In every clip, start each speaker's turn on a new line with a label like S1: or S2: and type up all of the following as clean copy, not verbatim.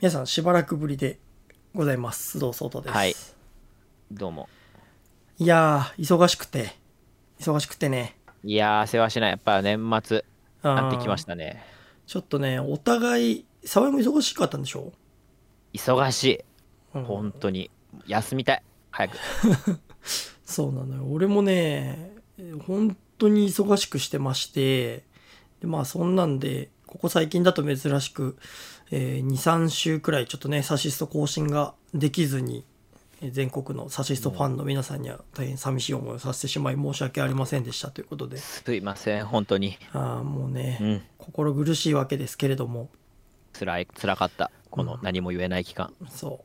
S1: 皆さんしばらくぶりでございます。須藤壮人です。
S2: はい。どうも。
S1: いやー、忙しくてね。
S2: いやー、世話しない。やっぱ年末、なってきま
S1: あー
S2: したね。
S1: ちょっとね、お互い、沢井も忙しかったんでしょ？
S2: 忙しい。
S1: うん。
S2: 本当に。休みたい。早く。
S1: そうなのよ。俺もね、本当に忙しくしてまして、で、まあそんなんで、ここ最近だと珍しく、2、3週くらいちょっとね、サシスト更新ができずに、全国のサシストファンの皆さんには大変寂しい思いをさせてしまい申し訳ありませんでしたということで、
S2: すいません。本当に。
S1: もうね、
S2: うん。
S1: 心苦しいわけですけれども、
S2: 辛かった。この何も言えない期間。
S1: そう。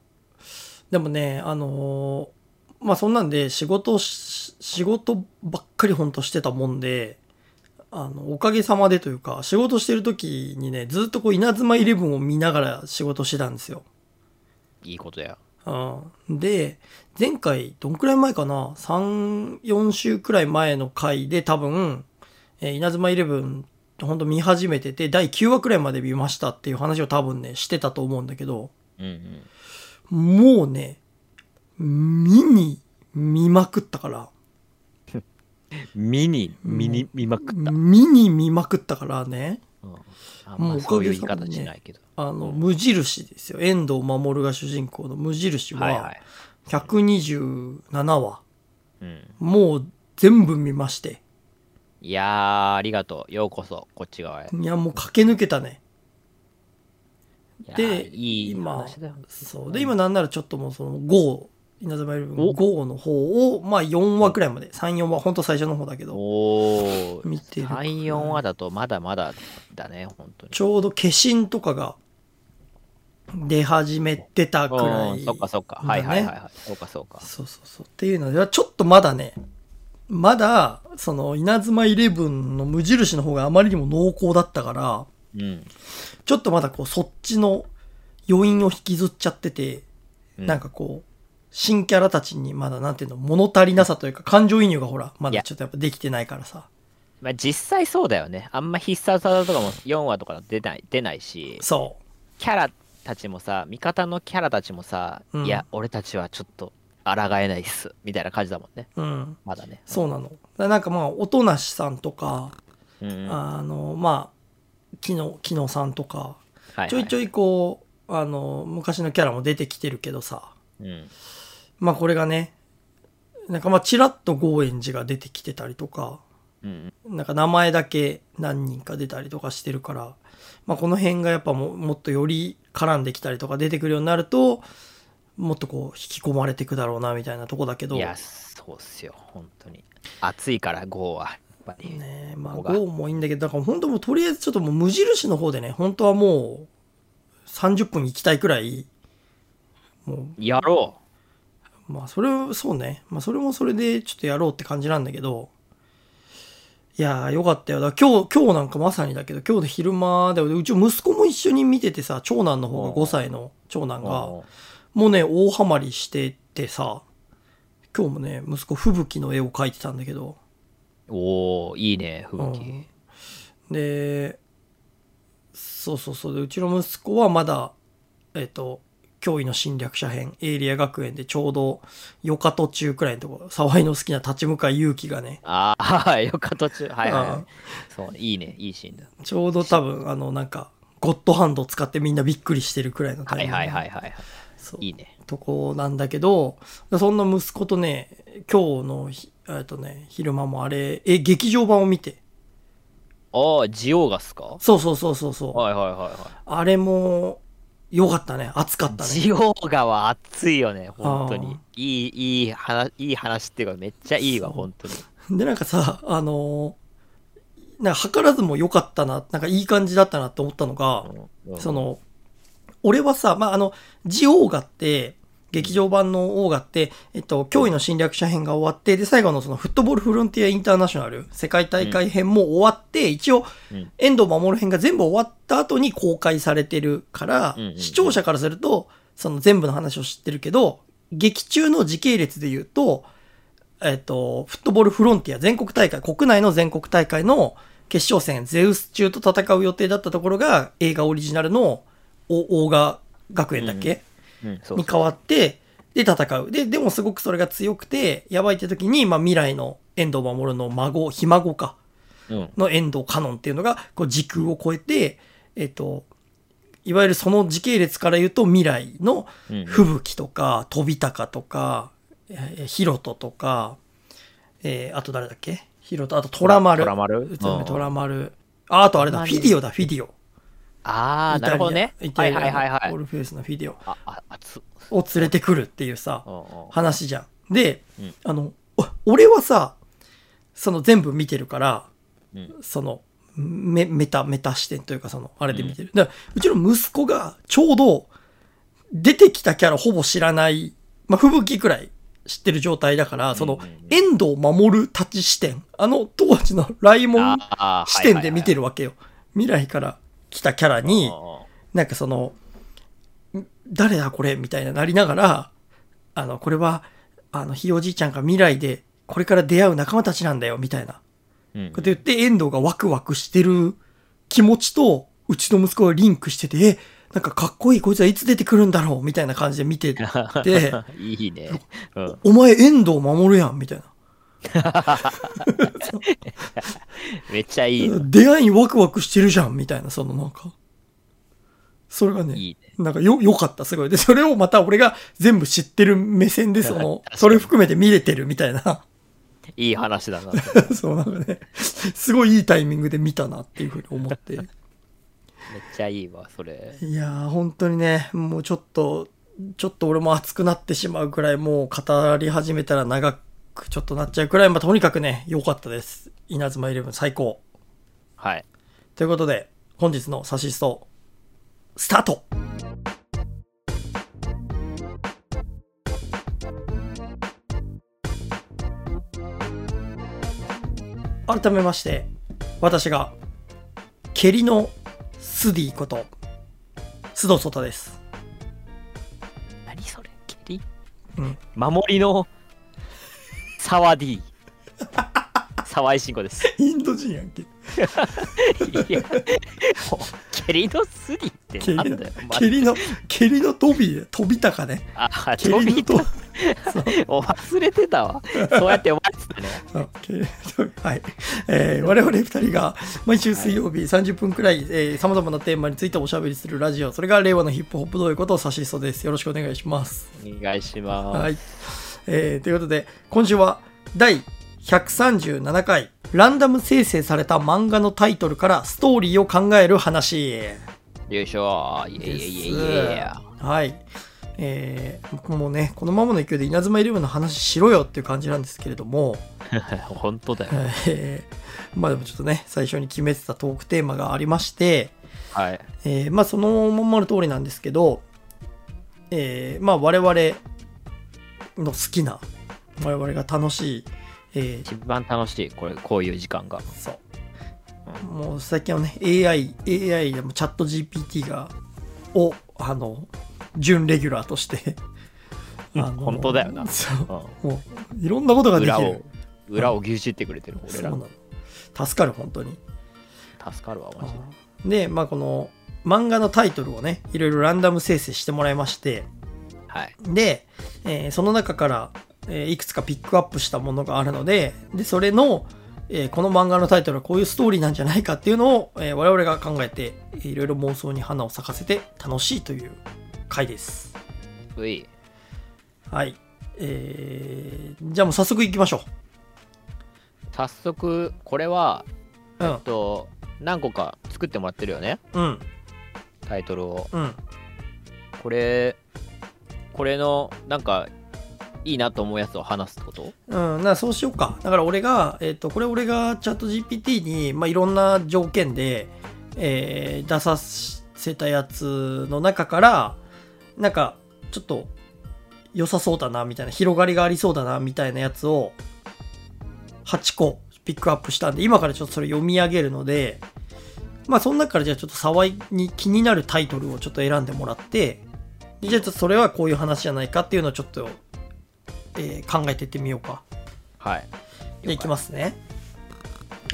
S1: でもね、まあそんなんで仕事ばっかりほんとしてたもんで、おかげさまでというか、仕事してる時にね、ずっとこう稲妻イレブンを見ながら仕事してたんですよ。
S2: いいことや。
S1: で、前回、どんくらい前かな？ 3、4週くらい前の回で多分、稲妻イレブン、ほんと見始めてて、第9話くらいまで見ましたっていう話を多分ね、してたと思うんだけど、
S2: うん
S1: もうね、見まくったから。
S2: うん。見まくった。
S1: 見まくったからね。
S2: うん。あん
S1: もうおか
S2: まそういう
S1: げさまで
S2: 言い方しな
S1: ね、
S2: いけど。
S1: 無印ですよ。遠藤守が主人公の無印は、
S2: はいはい。
S1: 127話。
S2: うん。
S1: もう全部見まして。
S2: いやー、ありがとう。ようこそ、こっち側へ。
S1: いや、もう駆け抜けたね。
S2: いやー、
S1: で、
S2: いい
S1: 今、
S2: 話だよ。
S1: そう。で、今なんならちょっともうその GO、稲妻イレブン
S2: お
S1: GO の方を、まあ4話くらいまで、3、4話、ほんと最初の方だけど、
S2: おー、
S1: 見てるくらい。
S2: 3、4話だとまだまだだね、本当に。
S1: ちょうど化身とかが出始めてたくらい、
S2: そっかそっか。はいはいはいはい。そうかそうか。
S1: そうそうそう。っていうのでは、ちょっとまだね、まだ、その、稲妻イレブンの無印の方があまりにも濃厚だったから、
S2: うん。
S1: ちょっとまだこう、そっちの余韻を引きずっちゃってて、
S2: うん
S1: なんかこう、新キャラたちにまだなんていうの、物足りなさというか、感情移入がほら、まだちょっとやっぱできてないからさ。
S2: まあ実際そうだよね。あんま必殺技とかも4話とか出ないし、
S1: そ
S2: キャラたちもさ、味方のキャラたちもさ、
S1: うん
S2: いや、俺たちはちょっと抗えないっす。みたいな感じだもんね。
S1: う。うん。
S2: まだね。
S1: そうなの。だからなんかまあ、音無さんとか、
S2: うんうん。
S1: まあ、木野さんとか、
S2: はいはい。
S1: ちょいちょいこう、昔のキャラも出てきてるけどさ、
S2: うん。
S1: まあこれがね、なんかまあちらっとゴーエンジが出てきてたりとか、
S2: うん
S1: なんか名前だけ何人か出たりとかしてるから、まあこの辺がやっぱもっとより絡んできたりとか出てくるようになると、もっとこう引き込まれていくだろうなみたいなとこだけど、
S2: いや、そうっすよ。本当に。暑いから、GO は。やっぱり。
S1: ね、まあ
S2: ここが
S1: ゴーもいいんだけど、だから本当もうとりあえずちょっともう無印の方でね、本当はもう30分行きたいくらい、も
S2: やろ
S1: う、まあそれ、そうね、まあそれもそれでちょっとやろうって感じなんだけど、いやーよかったよ。だから今日なんかまさにだけど、今日の昼間で、うち息子も一緒に見ててさ、長男の方が5歳の長男
S2: う。
S1: が、
S2: お
S1: もうね、大ハマりしててさ、今日もね、息子吹雪の絵を描いてたんだけど、
S2: おー、いいね、吹雪。
S1: うんで、そうそうそう。で、うちの息子はまだ、驚異の侵略者編、エイリア学園でちょうど、4日途中くらいのところ、沢井の好きな立ち向かい勇気がね、
S2: ああ、よか途中。はいはいは
S1: うん
S2: い。そうね、いいね、いいシーンだ。
S1: ちょうど多分、なんか、ゴッドハンドを使ってみんなびっくりしてるくらいのタ
S2: はい
S1: イミング
S2: はいはいはいはい。
S1: そう
S2: いいね。
S1: とこなんだけど、そんな息子とね、今日の昼間もあれ、劇場版を見て、
S2: ああ、ジオーガスか？
S1: そうそうそうそうそう。
S2: はいはいはいは
S1: あれも、良かったね。熱かっ
S2: い。
S1: たね。
S2: ジオーガは熱いよね、本当
S1: あ
S2: に。いい話っていうかめっちゃいいわ、
S1: そう
S2: 本当に。
S1: で、なんかさ、なんか図らずも良かったな、なんかいい感じだったなって思ったのが、その、俺はさ、まあ、ジオーガって、劇場版のオーガって、驚異の侵略者編が終わって、で、最後のそのフットボールフロンティアインターナショナル、世界大会編も終わって、一応、
S2: うん
S1: 遠藤守編が全部終わった後に公開されてるから
S2: うんうんう、ん
S1: 視聴者からすると、その全部の話を知ってるけど、劇中の時系列で言うと、フットボールフロンティア全国大会、国内の全国大会の決勝戦、ゼウス中と戦う予定だったところが、映画オリジナルのオーガ学園だっけ、
S2: そう
S1: に変わって、で、戦う。でもすごくそれが強くて、やばいって時に、まあ、未来の遠藤守の孫、ひ孫か、の遠藤カノンっていうのが、こう、時空を超えて、いわゆるその時系列から言うと、未来の吹雪とか、飛び高とか、ヒロトとか、あと誰だっけヒロト、あとトラマル。トラマル。あとあれだ、フィディオだ、フィディオ。
S2: ああ、なるほどね。はいはいはいはい。
S1: オールフェイスのフィディオ。を連れてくるっていうさ、話じゃん。で、俺はさ、その全部見てるから、その、メタ視点というか、その、あれで見てる。だからうちの息子がちょうど、出てきたキャラほぼ知らない、まあ、吹雪くらい知ってる状態だから、その、遠藤守立ち視点、当時のライモン視点で見てるわけよ。未来から来たキャラに、なんかその、誰だこれみたいななりながら、これは、ひいおじいちゃんが未来で、これから出会う仲間たちなんだよ、みたいな。こと言って、遠藤がワクワクしてる気持ちと、うちの息子がリンクしてて、なんかかっこいい、こいつはいつ出てくるんだろう、みたいな感じで見てて。
S2: いいね。
S1: お前遠藤守るやん、みたいな。
S2: めっちゃいい。
S1: 出会いにワクワクしてるじゃん、みたいな、そのなんか。それがね、なんかよかった、すごい。で、それをまた俺が全部知ってる目線で、それ含めて見れてるみたいな。
S2: いい話だな。
S1: そう、なんかね、すごいいいタイミングで見たなっていうふうに思って。めっ
S2: ちゃいいわ、それ。
S1: いやー、本当にね、もうちょっと俺も熱くなってしまうくらい、もう語り始めたら長くちょっとなっちゃうくらい、まあ、とにかくね、良かったです。稲妻イレブン最高。
S2: はい。
S1: ということで、本日のサシスト、スタート。改めまして、私が、蹴りのスディこと、須藤壮太です。
S2: 何それ蹴り、守りの、サワディ。沢井慎吾です。
S1: インド人やんけ。
S2: いや、蹴りのスディってなんだよ。
S1: 蹴りの飛び高ね。
S2: 蹴りの飛び忘れてたわ。そうやって覚えて
S1: たね。はい。我々二人が毎週水曜日30分くらい、様々なテーマについておしゃべりするラジオ。それが令和のヒップホップどういうことをサシストです。よろしくお願いします。
S2: お願いします。
S1: はい。ということで、今週は第137回ランダム生成された漫画のタイトルからストーリーを考える話。
S2: よいしょー。イエイイエイイエイ。
S1: はい。もうね、このままの勢いで稲妻イレブンの話しろよっていう感じなんですけれども。
S2: 本当だよ。
S1: まあでもちょっとね、最初に決めてたトークテーマがありまして、
S2: はい。
S1: まあそのまんまの通りなんですけど、まあ我々の好きな、我々が楽しい、
S2: 一番楽しい、こういう時間が。
S1: そう。もう最近はね、AI でもチャット GPT を準レギュラーとして
S2: 本当だよな。
S1: そう、もういろんなことができる。
S2: 裏を牛耳ってくれてる、俺ら。
S1: そうなの。助かる、本当に。
S2: 助かるわ、マジ
S1: で。で、まあこの漫画のタイトルをね、いろいろランダム生成してもらいまして、
S2: はい。
S1: で、その中から、いくつかピックアップしたものがあるので、それの、この漫画のタイトルはこういうストーリーなんじゃないかっていうのを、我々が考えて、いろいろ妄想に花を咲かせて楽しいという回です。
S2: うい。
S1: はい。じゃあもう早速行きましょう。
S2: 早速、これは、何個か作ってもらってるよね。
S1: うん。
S2: タイトルを。
S1: うん。
S2: これの、なんか、いいなと思うやつを話すってこと？
S1: そうしようか。だから俺が、これ俺がチャット GPT に、まあ、いろんな条件で、出させたやつの中から、なんか、ちょっと、良さそうだな、みたいな、広がりがありそうだな、みたいなやつを、8個ピックアップしたんで、今からちょっとそれ読み上げるので、まあ、その中からじゃあちょっと沢井に気になるタイトルをちょっと選んでもらって、じゃあちょっとそれはこういう話じゃないかっていうのをちょっと、考えていってみようか。
S2: はい。
S1: じゃあいきますね。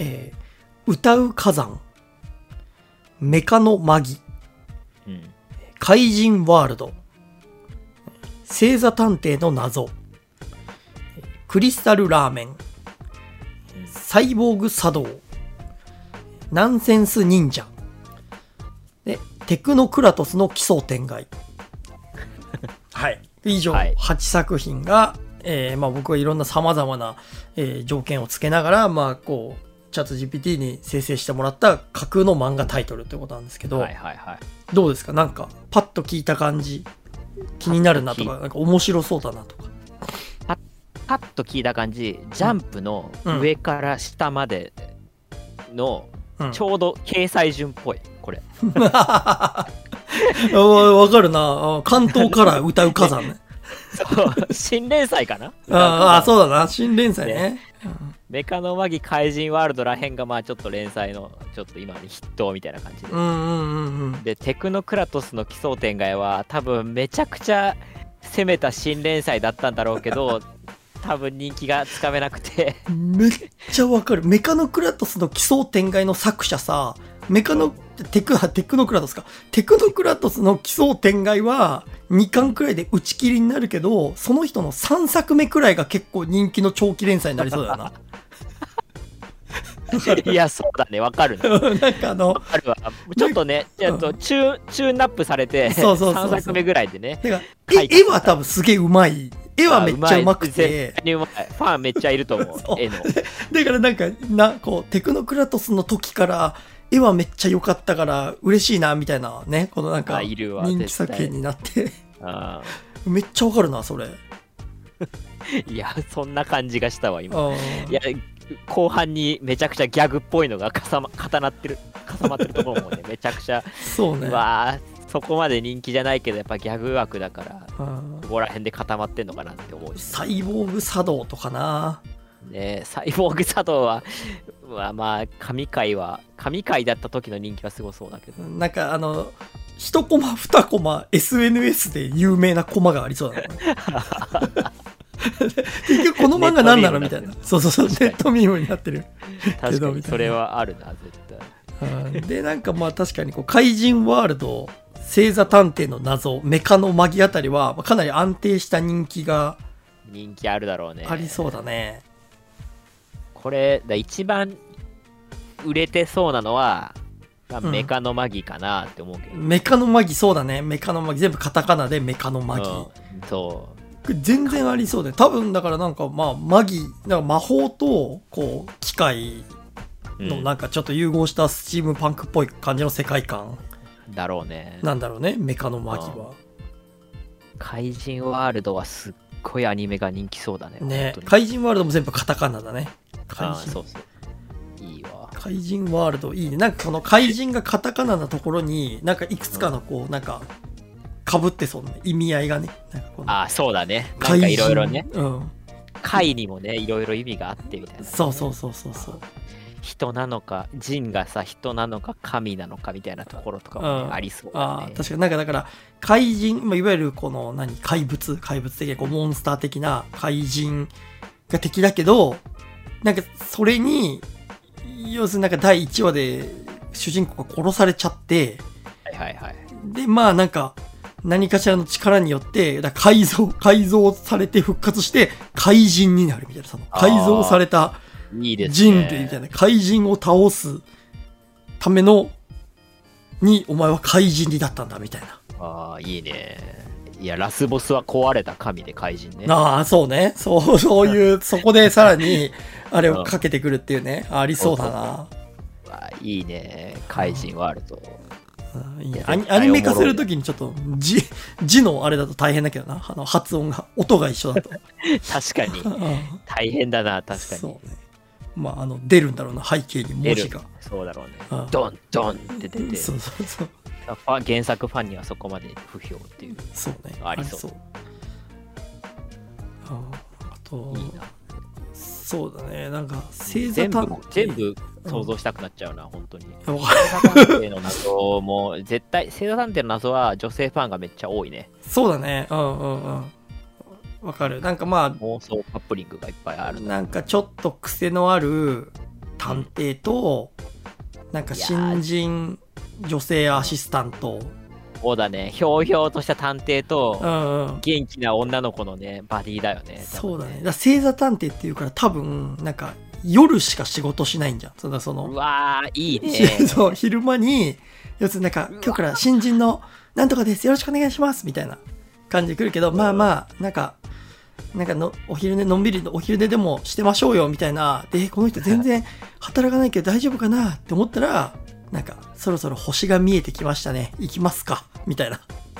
S1: 歌う火山、メカのマギ、 怪人ワールド、星座探偵の謎、クリスタルラーメン、サイボーグ茶道、ナンセンス忍者でテクノクラトスの奇想天外はい以上8作品が、まあ僕はいろんな様々な、条件をつけながらまあこうチャット GPT に生成してもらった架空の漫画タイトルってことなんですけど、どうですか？なんかパッと聞いた感じ気になるなとか、なんか面白そうだなとか。
S2: パッと聞いた感じ、ジャンプの上から下までのちょうど掲載順っぽいこれ。
S1: わかるな。関東から歌う火山ね。
S2: そう新連載かな。
S1: ああそうだな、新連載ね。
S2: メカノマギ怪人ワールドらへんがまあちょっと連載のちょっと今に筆頭みたいな感じで、でテクノクラトスの奇想天外は多分めちゃくちゃ攻めた新連載だったんだろうけど多分人気がつかめなくて
S1: めっちゃわかる。メカノクラトスの奇想天外の作者さ、テクノクラトスか。テクノクラトスの奇想天外は2巻くらいで打ち切りになるけど、その人の3作目くらいが結構人気の長期連載になりそうだよな。
S2: いやそうだね、わかるな。
S1: なんか
S2: わかるわ。ちょっとね、チューンナップされて3作目ぐらいでね。
S1: 絵は多分すげえうまい。絵はめっちゃうまくて、
S2: ファンめっちゃいると思う。絵の。
S1: だからなんかこうテクノクラトスの時から絵はめっちゃ良かったから嬉しいなみたいなね、このなんか人気作品になってめっちゃわかるなそれ。
S2: いやそんな感じがしたわ今。いや後半にめちゃくちゃギャグっぽいのが重まってるところもねめちゃくちゃ
S1: そうね。
S2: そこまで人気じゃないけどやっぱギャグ枠だからここら辺で固まってんのかなって思うし、
S1: サイボーグ茶道とかな。
S2: ね、サイボーグ茶道はまあ神回だった時の人気はすごそうだけど、
S1: なんか1コマ2コマ SNS で有名なコマがありそうだね。結局この漫画何なのみたいな。そうネットミームになってる。
S2: 確かにそれはあるな絶
S1: 対。でなんかまあ確かにこう怪人ワールド、星座探偵の謎、メカのマギあたりはかなり安定した人気
S2: あるだろうね。
S1: ありそうだね。
S2: これ一番売れてそうなのは、メカノマギかなって思うけど、
S1: メカノマギそうだね。メカノマギ全部カタカナでメカノマギ、そう全然ありそうで、多分だからなんかまあマギなんか魔法とこう機械のなんかちょっと融合したスチームパンクっぽい感じの世界観
S2: だろうね。
S1: なんだろうね、メカノマギは。
S2: 怪人ワールドはすっごいアニメが人気そうだね。
S1: ね、怪人ワールドも全部カタカナだね。
S2: そういいわ。
S1: 怪人ワールドいいね。なんかこの怪人がカタカナなところになんかいくつかのこうなんか被ってそうな意味合いがね。なんか
S2: そうだね。なんかいろいろね。
S1: うん。
S2: 怪にもねいろいろ意味があってみたいな、ね。
S1: そう。
S2: 人なのか、人がさ人なのか神なのかみたいなところとかも、ねありそうだね。
S1: 確かになんかだから怪人、いわゆるこの怪物的なこうモンスター的な怪人が敵だけど、なんかそれに要するになんか第1話で主人公が殺されちゃって、でまあなんか何かしらの力によって改造されて復活して怪人になるみたいな、その改造された人類みたいな、怪人を倒すためのにお前は怪人になったんだみたいな。
S2: いいね。いやラスボスは壊れた神で怪人ね。
S1: そうね、そういうそこでさらにあれをかけてくるっていうね、ありそうだな。
S2: いいね、怪人ワールド。
S1: いいね、アニメ化するときにちょっと字のあれだと大変だけどな、発音が音が一緒だと
S2: 確かに大変だな。確かに
S1: そうね。まあ出るんだろうな、背景に文字が。
S2: そうだろうね。ドンドンって出て。そう原作ファンにはそこまで不評っていう。
S1: そうね。
S2: ありそう。
S1: あといいな。そうだね。なんか星座探偵
S2: 全部想像したくなっちゃうな、本当に。星座探偵の謎も絶対星座探偵の謎は女性ファンがめっちゃ多いね。
S1: そうだね。わかる。なんかまあ
S2: 妄想カップリングがいっぱいある。
S1: なんかちょっと癖のある探偵と、なんか新人女性アシスタント
S2: そうだね、ひょうひょうとした探偵と
S1: うんうん。
S2: 元気な女の子のねバディだよね。
S1: そうだね。だから星座探偵っていうから多分、なんか、夜しか仕事しないんじゃん。その、
S2: うわー、いいね。
S1: そう、昼間に、要するになんか、今日から新人のなんとかです。よろしくお願いします。みたいな感じで来るけど、まあまあ、なんかの、お昼寝、のんびりお昼寝でもしてましょうよ、みたいな。で、この人全然働かないけど大丈夫かなって思ったら、なんか、そろそろ星が見えてきましたね。行きますか。みたいな。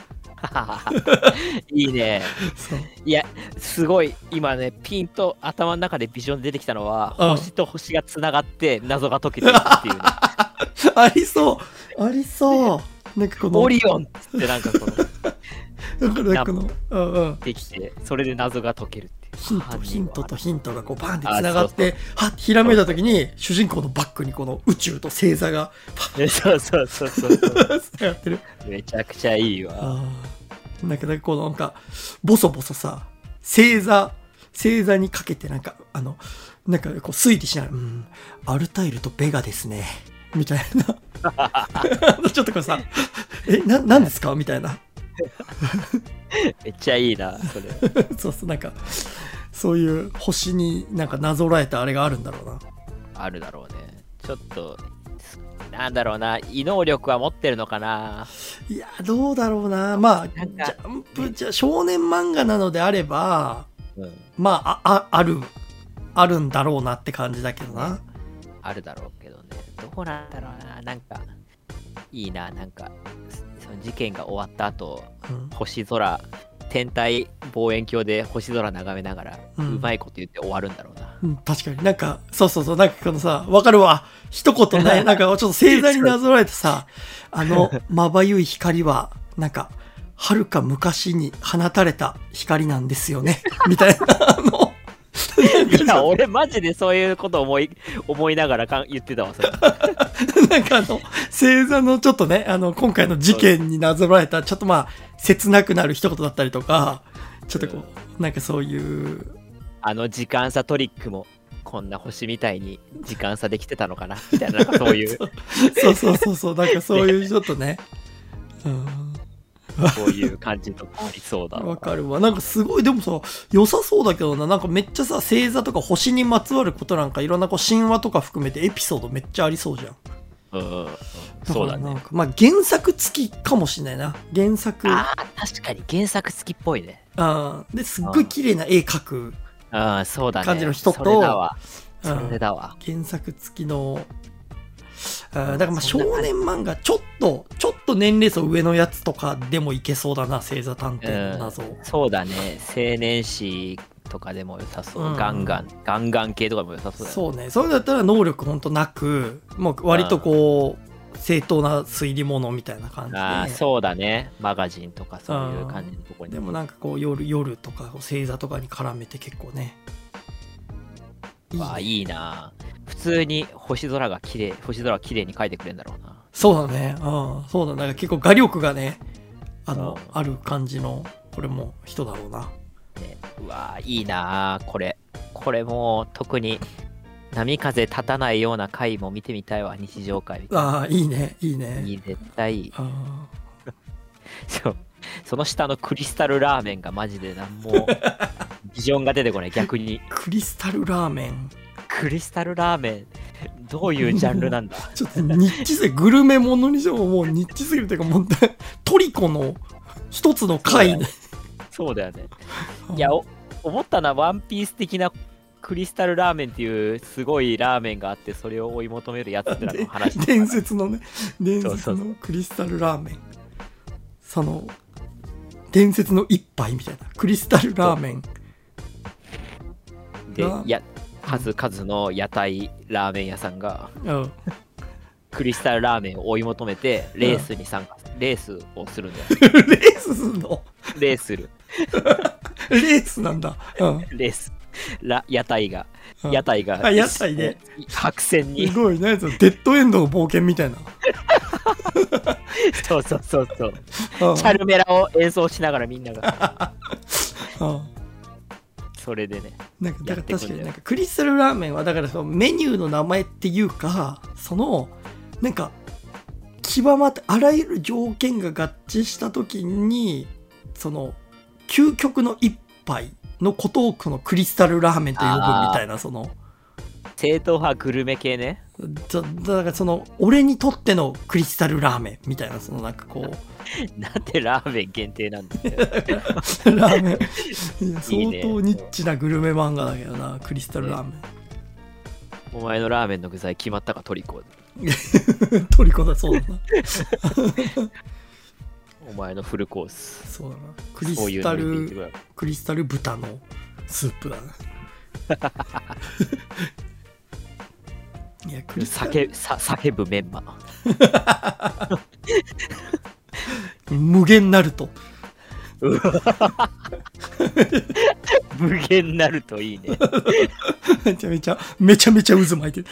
S2: いいね。
S1: そう。
S2: いや、すごい今ね、ピンと頭の中でビジョンで出てきたのは、星と星がつながって謎が解けていくっていうね。
S1: ありそう、ありそう。なんかこの
S2: オリオンってなんかこの
S1: だからこの、うんうん、
S2: できて、それで謎が解けるっていう。
S1: ヒントとヒントがこうバンってつながって、はっひらめいた時に主人公のバックにこの宇宙と星座が
S2: そうそうそうそう
S1: やってる。
S2: めちゃくちゃいいわ。
S1: なんかこのなんかボソボソさ、星座にかけてなんかなんかこう推理しながら、アルタイルとベガですねみたいなちょっとこれさ、なんですかみたいな。
S2: めっちゃいいなそれ。
S1: そうそう、なんかそういう星になんかなぞらえたあれがあるんだろうな。
S2: あるだろうね。ちょっとなんだろうな、異能力は持ってるのかな。
S1: いやどうだろうな。まあジャンプじゃ少年漫画なのであれば、まああるんだろうなって感じだけどな。
S2: あるだろうけどね。どうなんだろうな。なんかいいな、なんかその事件が終わった後、星空、天体望遠鏡で星空眺めながら、うまいこと言って終わるんだろうな。
S1: 確かになんかそうそうそう、なんかこのさ、わかるわ、一言ね、なんかちょっと星座になぞらえてさ、まばゆい光はなんか遥か昔に放たれた光なんですよねみたいない
S2: や俺マジでそういうこと思いながら言ってたわそれ。
S1: なんか星座のちょっとね、今回の事件になぞらえたちょっとまあ切なくなる一言だったりとか、ちょっとこう、なんかそういう
S2: 時間差トリックもこんな星みたいに時間差できてたのかなみたいな、なんかそういう
S1: そうなんかそういうちょっとね、
S2: そういう感じとありそうだ
S1: わかるわ。なんかすごいでもさ、良さそうだけどな。なんかめっちゃさ、星座とか星にまつわることなんかいろんなこう神話とか含めてエピソードめっちゃありそうじゃん。
S2: そうだね。
S1: なんかまあ原作付きかもしれないな。原作。
S2: 確かに原作付きっぽいね。
S1: ですっごい綺麗な絵描く
S2: そうだね。
S1: 感じの人と、
S2: それだわ。
S1: 原作付きの、だからまあ少年漫画ちょっと年齢層上のやつとかでもいけそうだな、星座探偵の謎。
S2: そうだね。青年誌とかでも良さそう。ガンガン系とかでも良さそうだね。
S1: そうね。それだったら能力ほんとなく、もう割とこう正当な推理物みたいな感じで。
S2: そうだね。マガジンとかそういう感じのところに。
S1: でもなんかこう夜とか星座とかに絡めて結構ね。
S2: いいな。普通に星空綺麗に描いてくれるんだろうな。
S1: そうだね。そうだね。なんか結構画力がね、ある感じの、これも人だろうな。
S2: ね、いいなこれもう特に波風立たないような回も見てみたいわ、日常回。
S1: いいね。
S2: 絶対いい。その下のクリスタルラーメンがマジでなんもビジョンが出てこない、逆に。
S1: クリスタルラーメン
S2: どういうジャンルなんだ。
S1: ちょっとニッチすぎる、グルメものにしてももうニッチすぎるというか、もうトリコの一つの回ね。
S2: そうだよね。いや思ったのはワンピース的なクリスタルラーメンっていうすごいラーメンがあって、それを追い求めるやつっての話。
S1: 伝説のクリスタルラーメン、その伝説の一杯みたいなクリスタルラーメン
S2: で、数々の屋台ラーメン屋さんが、クリスタルラーメンを追い求めてレースをするんだよ。
S1: レースすんの？
S2: レースる。
S1: レースなんだ。
S2: レース。屋台で白線に。
S1: すごいね、デッドエンドの冒険みたいな。
S2: そう。チャルメラを演奏しながらみんなが。それでね。
S1: だから確かになんかクリスタルラーメンはだからそのメニューの名前っていうか、そのなんか極まってあらゆる条件が合致した時にその究極の一杯のことをこのクリスタルラーメンと呼ぶみたいな、その
S2: 正統派グルメ系ね。
S1: だからその俺にとってのクリスタルラーメンみたいな、そのなんかこう
S2: なんでラーメン限定なんだよ。
S1: ラーメンいや相当ニッチなグルメ漫画だけどな、クリスタルラーメン。
S2: お前のラーメンの具材決まったか、トリコ。
S1: トリコだ、そうだな。
S2: お前のフルコース。
S1: そうだな。クリスタル豚のスープだな。いや叫ぶメンマ。無限ナルト。
S2: 無限ナルトいいね。
S1: めちゃめちゃ渦巻いてる。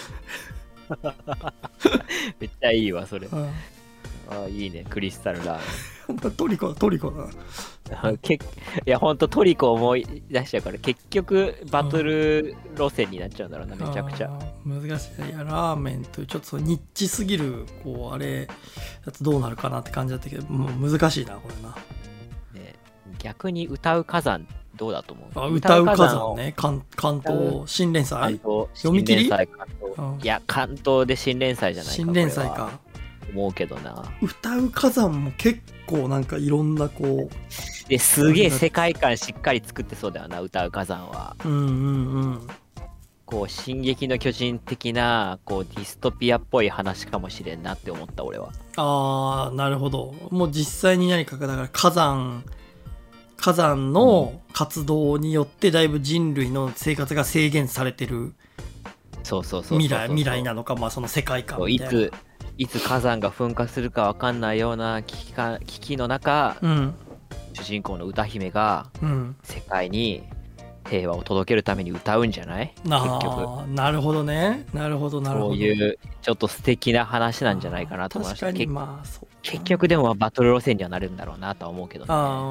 S2: めっちゃいいわそれ。あ、いいね、クリスタルラーメン。
S1: トリコだ。
S2: いやほんとトリコ思い出しちゃうから、結局バトル路線になっちゃうんだろうな、めちゃくちゃ
S1: 難しい。いやラーメンというちょっとニッチすぎるこうあれやつどうなるかなって感じだったけど、もう難しいなこれな、
S2: ね。逆に歌う火山どうだと思う？
S1: 歌う火山ね。関東新連載読み切り？い
S2: や関東で新連載じゃないか。
S1: 新連載か
S2: 思うけどな。
S1: 歌う火山も結構なんかいろんなこう
S2: すげえ世界観しっかり作ってそうだよな、歌う火山は。こう進撃の巨人的なこうディストピアっぽい話かもしれんなって思った俺は。
S1: ああ、なるほど。もう実際に何かだから火山の活動によってだいぶ人類の生活が制限されてる未来なのか、まあその世界観みたいな。
S2: いつ火山が噴火するか分かんないような危機の中、主人公の歌姫が世界に平和を届けるために歌うんじゃない？結局。
S1: なるほどね。なるほど。
S2: そういうちょっと素敵な話なんじゃないかなと思いました。
S1: 確かに
S2: 結局でもバトル路線にはなるんだろうなとは思うけどね。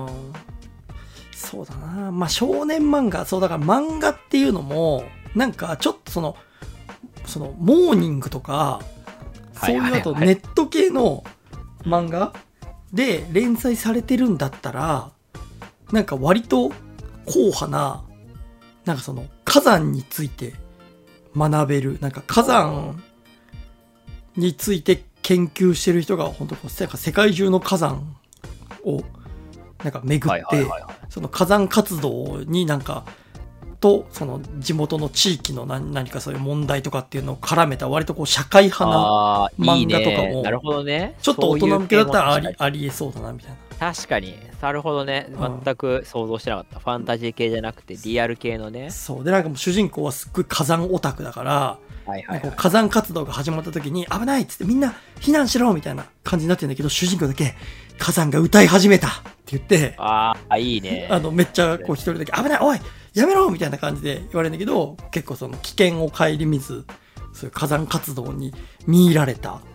S1: そうだな。まあ少年漫画、そうだから漫画っていうのもなんかちょっとそのモーニングとかそういうあとネット系の漫画で連載されてるんだったらなんか割と硬派な、なんかその火山について学べる、なんか火山について研究してる人が本当こう世界中の火山をなんか巡ってその火山活動になんかとその地元の地域の何かそういう問題とかっていうのを絡めた割とこう社会派な漫画とかも、
S2: なるほどね、
S1: ちょっと大人向けだったらありえそうだなみたいな。
S2: 確かに、なるほどね。全く想像してなかった。ファンタジー系じゃなくてリアル系のね。
S1: そうで、なんかもう主人公はすっごい火山オタクだから、火山活動が始まった時に危ないっつってみんな避難しろみたいな感じになってるんだけど、主人公だけ火山が歌い始めたって言って、
S2: いいね。
S1: めっちゃこう一人だけ危ないおいやめろみたいな感じで言われるんだけど、結構その危険を顧みずそういう火山活動に見入られた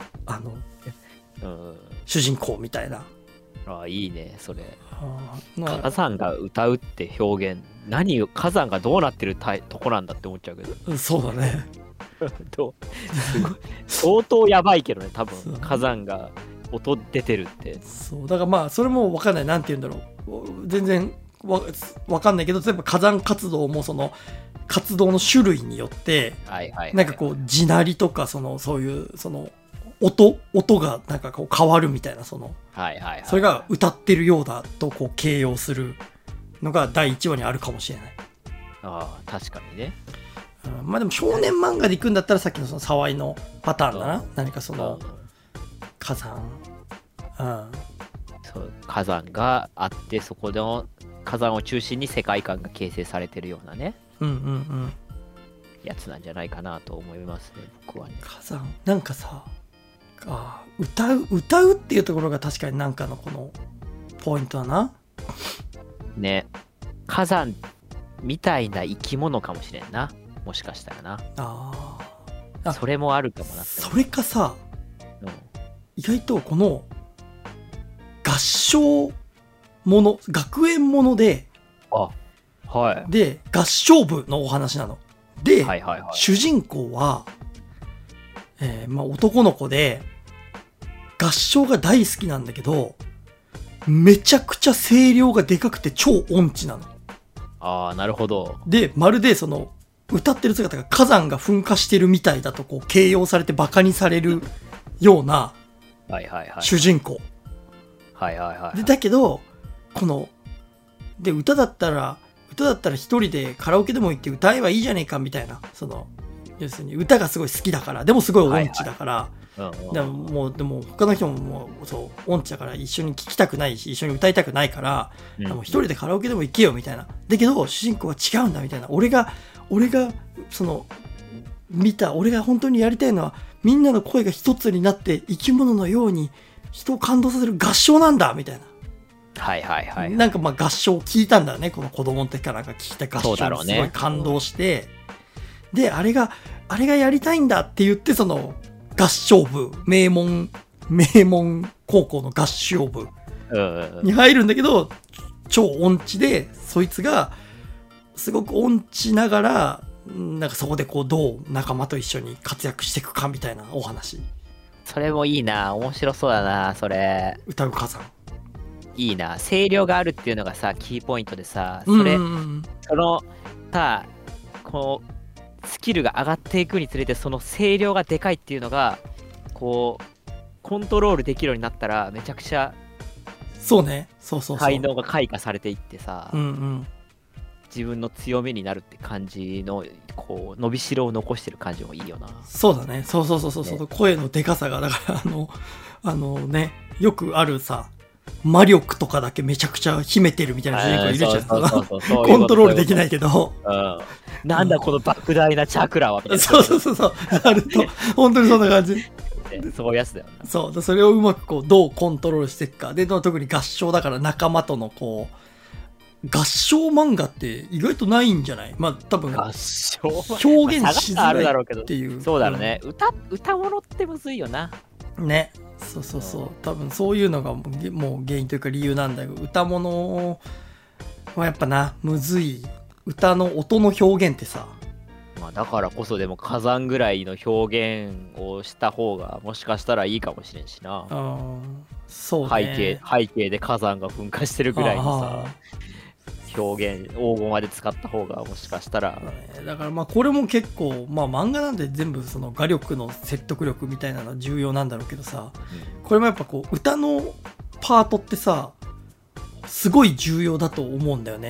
S1: 主人公みたいな。
S2: いいねそれ。火山が歌うって表現、火山がどうなってるとこなんだって思っちゃうけど。
S1: そうだね。
S2: すごい相当やばいけどね、多分火山が音出てるって。
S1: そうだからまあそれも分かんない、なんて言うんだろう、全然わかんないけど、例えば火山活動もその活動の種類によってなんかこう地鳴りとかそういうその音がなんかこう変わるみたいな、それが歌ってるようだとこう形容するのが第1話にあるかもしれない。
S2: 確かにね。
S1: まあでも少年漫画で行くんだったらさっきのその沢井のパターンだな。何かその火山、
S2: そう火山があって、そこの火山を中心に世界観が形成されてるようなね、やつなんじゃないかなと思いますね、僕はね。
S1: 火山なんかさ、歌うっていうところが確かになんかのこのポイントだな。
S2: ね、火山みたいな生き物かもしれんな、もしかしたらな。それもあるかもな。
S1: それかさ、意外とこの合唱もの、学園もので、で合唱部のお話なので、主人公は、まあ、男の子で合唱が大好きなんだけど、めちゃくちゃ声量がでかくて超音痴なの。
S2: ああ、なるほど。
S1: で、まるでその、歌ってる姿が火山が噴火してるみたいだとこう形容されてバカにされるような主人公。
S2: はいはいはい。
S1: で、だけど、で、歌だったら一人でカラオケでも行って歌えばいいじゃねえかみたいな、要するに歌がすごい好きだから、でもすごい音痴だから、でも他の人ももうそう音痴だから一緒に聴きたくないし、一緒に歌いたくないから、もう一人でカラオケでも行けよみたいな。だけど主人公は違うんだみたいな。俺が俺が本当にやりたいのはみんなの声が一つになって生き物のように人を感動させる合唱なんだみたいな。
S2: はいはいはい。
S1: なんかまあ合唱を聞いたんだよね、この子供の時から聞いた合唱にすごい感動して、であれがやりたいんだって言ってその合唱部名門高校の合唱部に入るんだけど、超音痴でそいつがすごく音痴ながらなんかそこでこうどう仲間と一緒に活躍していくかみたいなお話。
S2: それもいいな、面白そうだな。それ
S1: 歌う火山
S2: いいな。声量があるっていうのがさキーポイントでさ、そのさこうスキルが上がっていくにつれてその声量がでかいっていうのがこうコントロールできるようになったらめちゃくちゃ
S1: そうね、そう
S2: 才能が開花されていってさ、自分の強みになるって感じのこう伸びしろを残してる感じもいいよな。
S1: そうだね、そう、声のでかさがだからね、よくあるさ魔力とかだけめちゃくちゃ秘めてるみたいな主人公いるじゃん。コントロールできないけど、
S2: なんだこの莫大なチャクラはみたいな。
S1: そうなると本当にそんな感じ。
S2: そういうやつだよな。
S1: そうそれをうまくこうどうコントロールしていくかで、特に合唱だから仲間とのこう合唱漫画って意外とないんじゃない？まあ多分
S2: 合唱
S1: 表現しづらいっていう。
S2: そうだろうね。歌物ってむずいよな。
S1: ね。そう多分そういうのがもう原因というか理由なんだけど、歌物はやっぱなむずい。歌の音の表現ってさ、
S2: まあだからこそでも火山ぐらいの表現をした方がもしかしたらいいかもしれんしな。
S1: そうね。
S2: 背景で火山が噴火してるぐらいのさ表現黄金まで使った方がもしかしたら、
S1: だからまあこれも結構まあ漫画なんで全部その画力の説得力みたいなのは重要なんだろうけどさ、これもやっぱこう歌のパートってさすごい重要だと思うんだよね。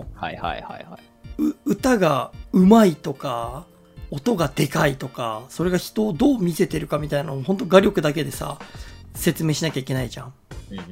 S1: 歌がうまいとか音がでかいとか、それが人をどう見せてるかみたいなのを本当画力だけでさ説明しなきゃいけないじゃん。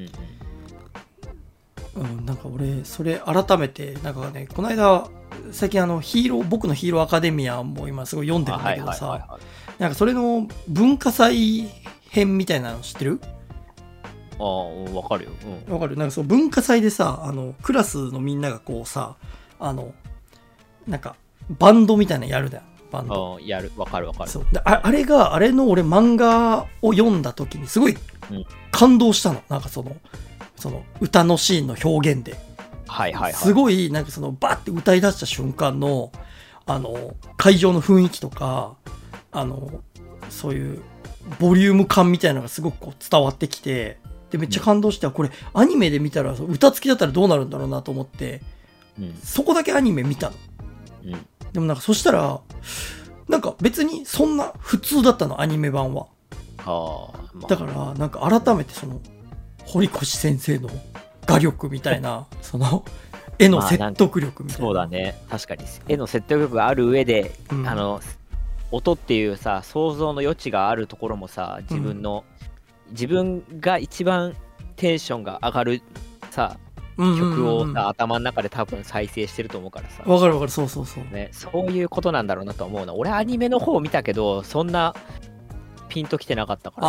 S1: なんか俺それ改めてなんかね、この間最近僕のヒーローアカデミアも今すごい読んでるんだけどさ、なんかそれの文化祭編みたいなの知ってる？
S2: わかるよ。
S1: わかる。なんかそう文化祭でさクラスのみんながこうさなんかバンドみたいなのやるだよ。バンド
S2: やる。わかる。
S1: そうであれの俺漫画を読んだ時にすごい感動したの。なんかその歌のシーンの表現で、すごいなんかバッて歌い出した瞬間の会場の雰囲気とかそういうボリューム感みたいなのがすごくこう伝わってきて、でめっちゃ感動して、これアニメで見たら歌付きだったらどうなるんだろうなと思って、そこだけアニメ見たの。でもなんかそしたらなんか別にそんな普通だったの、アニメ版は。だからなんか改めて堀越先生の画力みたいな絵の説得力みたいな、
S2: そうだね、確かに絵の説得力がある上で、音っていうさ想像の余地があるところもさ、自分が一番テンションが上がるさ曲をさ頭の中で多分再生してると思うからさ。
S1: わかるそう
S2: ね、そういうことなんだろうなと思うな。俺アニメの方見たけどそんなピンときてなかったから、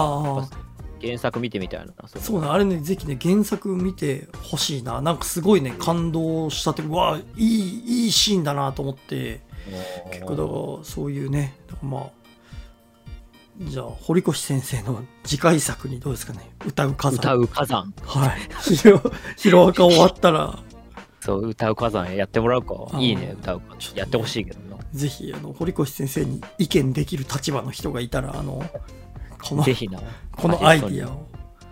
S2: 原作見てみたいな。
S1: そうね、あれね、ぜひね原作見てほしいな。なんかすごいね感動したって、うわいいシーンだなと思って。結構だからそういうね、まあじゃあ堀越先生の次回作にどうですかね、歌う火山。はいヒロアカ終わったら
S2: そう歌う火山やってもらうか。いいね、歌う火山やってほしいけどな。
S1: ぜひ堀越先生に意見できる立場の人がいたらぜひなこのアイディアを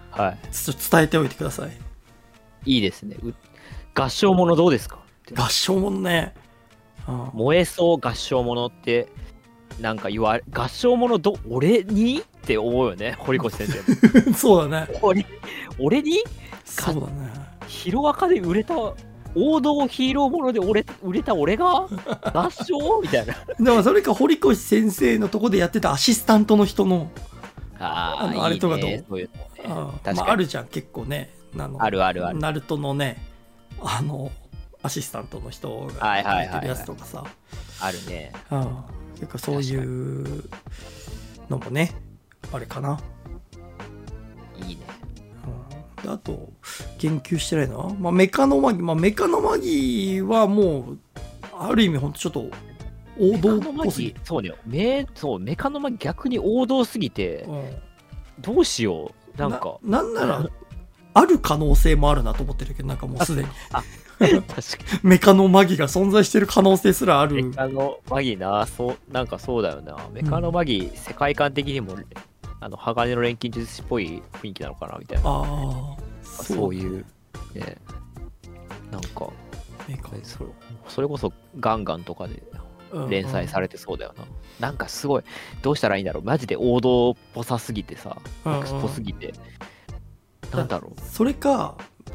S2: はい。
S1: ちょっと伝えておいてください。
S2: いいですね。合唱ものどうですか？
S1: 合唱ものね。
S2: 燃えそう合唱ものってなんか合唱もの俺にって思うよね、堀越先生も。
S1: そうだね。
S2: 俺に
S1: そうだね。
S2: ヒロアカで売れた王道ヒーローもので売れた俺が合唱みたいな。
S1: でもそれか堀越先生のとこでやってたアシスタントの人の
S2: あ
S1: れとかどう？
S2: いいね、そういうのね。
S1: まあ、あるじゃん結構ね。
S2: ある。
S1: ナルトのねアシスタントの人がやってるやつとかさ。
S2: あるね。
S1: 結構そういうのもねあれかな。
S2: いいね。
S1: あと言及してないのは、メカノマギ。メカノマギはもうある意味ほんとちょっと王道っぽすぎ。
S2: そうね。メカノマギ逆に王道すぎて、どうしよう。
S1: なんならある可能性もあるなと思ってるけど、なんかもうすでに
S2: 確かに
S1: メカノマギが存在してる可能性すらある。
S2: メカノマギな、なんかそうだよな。メカノマギ、世界観的にも鋼の錬金術師っぽい雰囲気なのかなみたいな。そういうね、なんかそれこそガンガンとかで連載されてそうだよな。なんかすごいどうしたらいいんだろう。マジで王道っぽさすぎてさ、っぽすぎて、なんだろう。
S1: それか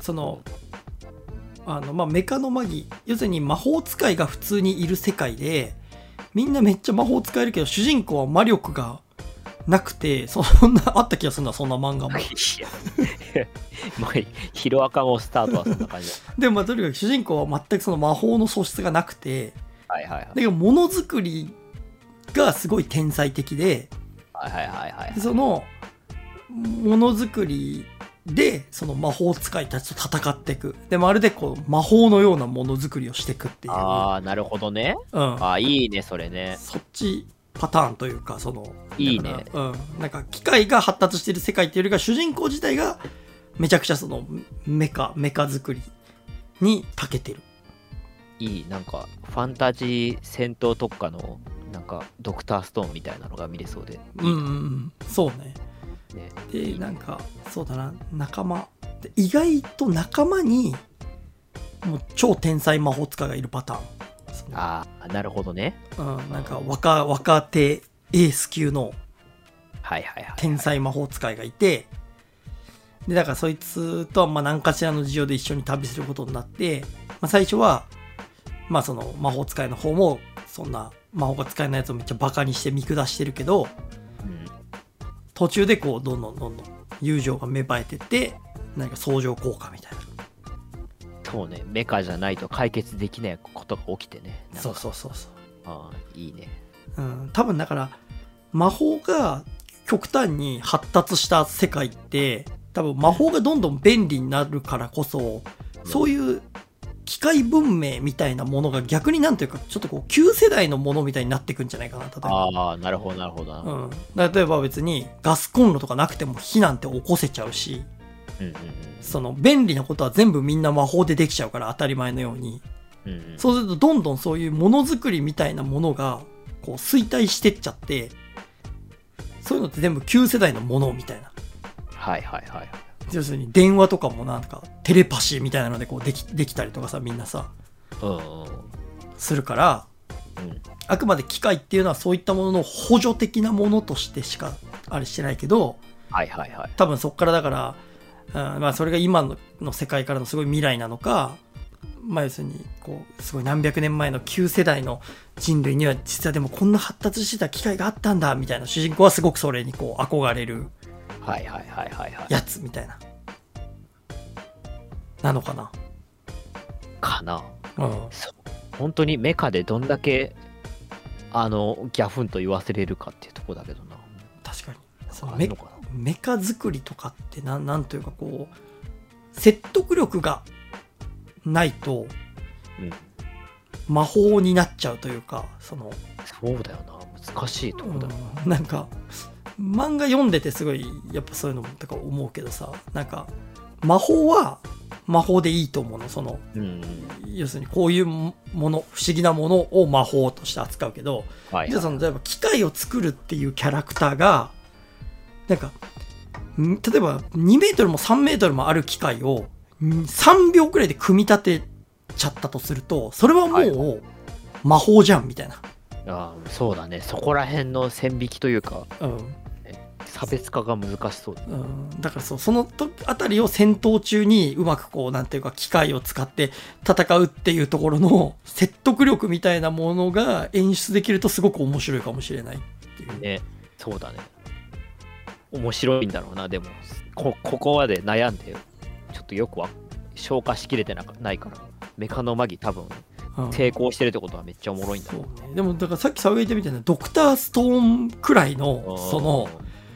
S1: メカノマギ、要するに魔法使いが普通にいる世界でみんなめっちゃ魔法使えるけど主人公は魔力がなくて、そんなあった気がするな、そんな漫画も。
S2: ヒロアカもスタートはそんな感じだ。
S1: でもとにかく主人公は全くその魔法の素質がなくて、だけどものづくりがすごい天才的で、そのものづくりでその魔法使いたちと戦っていく。でまるでこう魔法のようなものづくりをしていくっていう。
S2: なるほどね。いいねそれね。
S1: そっちパターンというか、
S2: いいね。
S1: なんか機械が発達している世界っていうよりか、主人公自体がめちゃくちゃそのメカ作りに長けてる。
S2: いい、なんかファンタジー戦闘特化のなんかドクターストーンみたいなのが見れそうで。
S1: そうね。でなんかそうだな、仲間で意外と仲間にもう超天才魔法使いがいるパターン。
S2: なるほどね。
S1: なんか若手エース級の天才魔法使いがいて、でだからそいつとは何かしらの事情で一緒に旅することになって、最初はその魔法使いの方もそんな魔法が使えないやつをめっちゃバカにして見下してるけど、途中でこうどんどん友情が芽生えてって、なんか相乗効果みたいな。
S2: そうね、メカじゃないと解決できないことが起きてね。
S1: そう。
S2: いいね。
S1: 多分だから魔法が極端に発達した世界って、多分魔法がどんどん便利になるからこそ、そういう機械文明みたいなものが逆になんていうか、ちょっとこう旧世代のものみたいになっていくんじゃないかな。例えば
S2: なるほど。
S1: 例えば別にガスコンロとかなくても火なんて起こせちゃうし、その便利なことは全部みんな魔法でできちゃうから、当たり前のように、そうするとどんどんそういうものづくりみたいなものがこう衰退してっちゃって、そういうのって全部旧世代のものみたいな。要するに電話とかもなんかテレパシーみたいなのでこうできたりとかさ、みんなさ、するから、あくまで機械っていうのはそういったものの補助的なものとしてしかあれしてないけど、多分そっからだから、それが今の世界からのすごい未来なのか、要するにこうすごい何百年前の旧世代の人類には実はでもこんな発達してた機械があったんだみたいな、主人公はすごくそれにこう憧れるやつみたいなのかな。
S2: 本当にメカでどんだけギャフンと言わせれるかっていうところだけどな。
S1: 確かにメカ作りとかってなんというかこう説得力がないと魔法になっちゃうというか、
S2: そうだよな、難しいところだよ
S1: な。なんか漫画読んでてすごいやっぱそういうのもとか思うけどさ、なんか魔法は魔法でいいと思うの。要するにこういうもの、不思議なものを魔法として扱うけど、じゃあ例えば機械を作るっていうキャラクターがなんか例えば2メートルも3メートルもある機械を3秒くらいで組み立てちゃったとすると、それはもう魔法じゃんみたいな。
S2: ああ、そうだね。そこら辺の線引きというか、
S1: うん、
S2: 差別化が難しそうだ、
S1: うん、だからそのあたりを戦闘中にうまくこうなんていうか機械を使って戦うっていうところの説得力みたいなものが演出できるとすごく面白いかもしれないっていう
S2: ね。そうだね。面白いんだろうな。でもここまで悩んでちょっとよく消化しきれてないから、メカノマギ多分成功してるってことはめっちゃおもろいんだろう、
S1: そうね。でもだからさっき沢が言ったみたいなドクターストーンくらいのその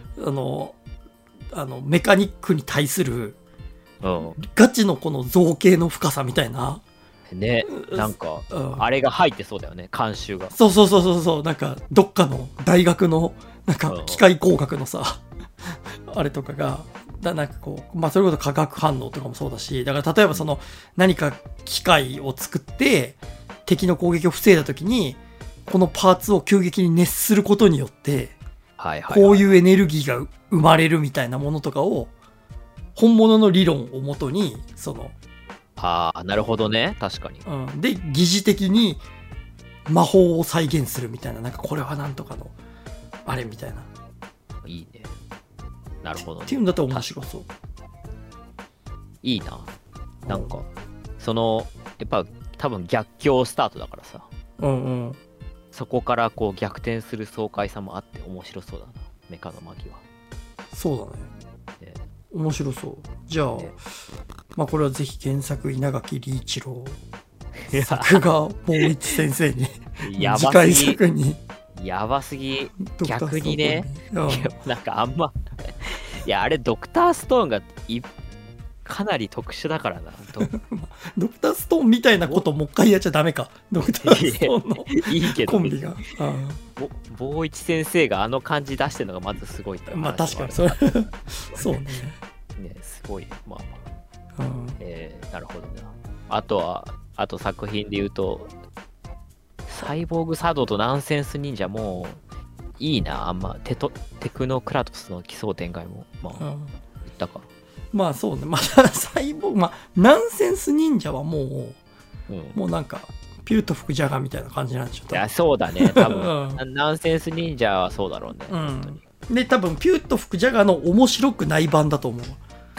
S1: メカニックに対するガチのこの造形の深さみたいな
S2: ね、なんか、あれが入ってそうだよね、監修が。
S1: そうなんかどっかの大学のなんか機械工学のさあれとかがなんかこう、まあそれこそ化学反応とかもそうだし、だから例えばその何か機械を作って敵の攻撃を防いだ時にこのパーツを急激に熱することによってこういうエネルギーが生まれるみたいなものとかを本物の理論をもとに
S2: ああ、なるほどね、確かに、
S1: で疑似的に魔法を再現するみたいな、なんかこれはなんとかのあれみたいな。
S2: いいね。なるほどね。
S1: っていうんだったら面白そう。
S2: いいな。なんかやっぱ多分逆境スタートだからさ。そこからこう逆転する爽快さもあって面白そうだな、メカノマギは。
S1: そうだね。面白そう。じゃあ、まあこれはぜひ原作稲垣理一郎、作画坊一先生に次回作に。
S2: やばすぎ。逆にね、なんかあんまいや、あれドクターストーンがかなり特殊だからな。
S1: ドクターストーンみたいなこともう一回やっちゃダメか。ドクターストーンの
S2: いいけど
S1: コンビが。
S2: 坊一先生があの感じ出してるのがまずすごい。
S1: まあ確かにそれそうね。
S2: すごい。まあ、なるほどな。あと作品で言うと、サイボーグサドとナンセンス忍者もいいな。テクノクラトスの奇想天外もまあ言ったか。ま
S1: あそうね。まあサイボーグ、まあナンセンス忍者はもうなんかピューと吹くジャガみたいな感じなんでしょ。
S2: いやそうだね。多分ナンセンス忍者はそうだろうね。本当に。
S1: で多分ピューと吹くジャガの面白くない版だと思う。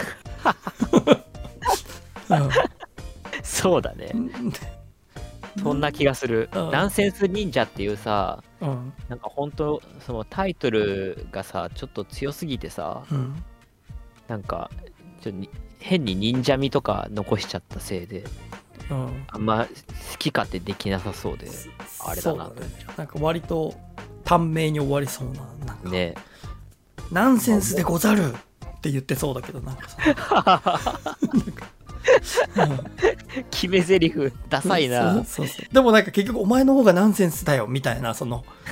S2: そうだね。そんな気がする。ナンセンス忍者っていうさ、なんか本当そのタイトルがさちょっと強すぎてさ、なんかちょっと変に忍者味とか残しちゃったせいで、あんま好き勝手できなさそうで、あれだなと思っちゃう。
S1: なんか割と短命に終わりそうな、なんか
S2: ね、
S1: ナンセンスでござるって言ってそうだけど、なんかさ
S2: 決め台詞ダサいな。
S1: そうでもなんか結局お前の方がナンセンスだよみたいな、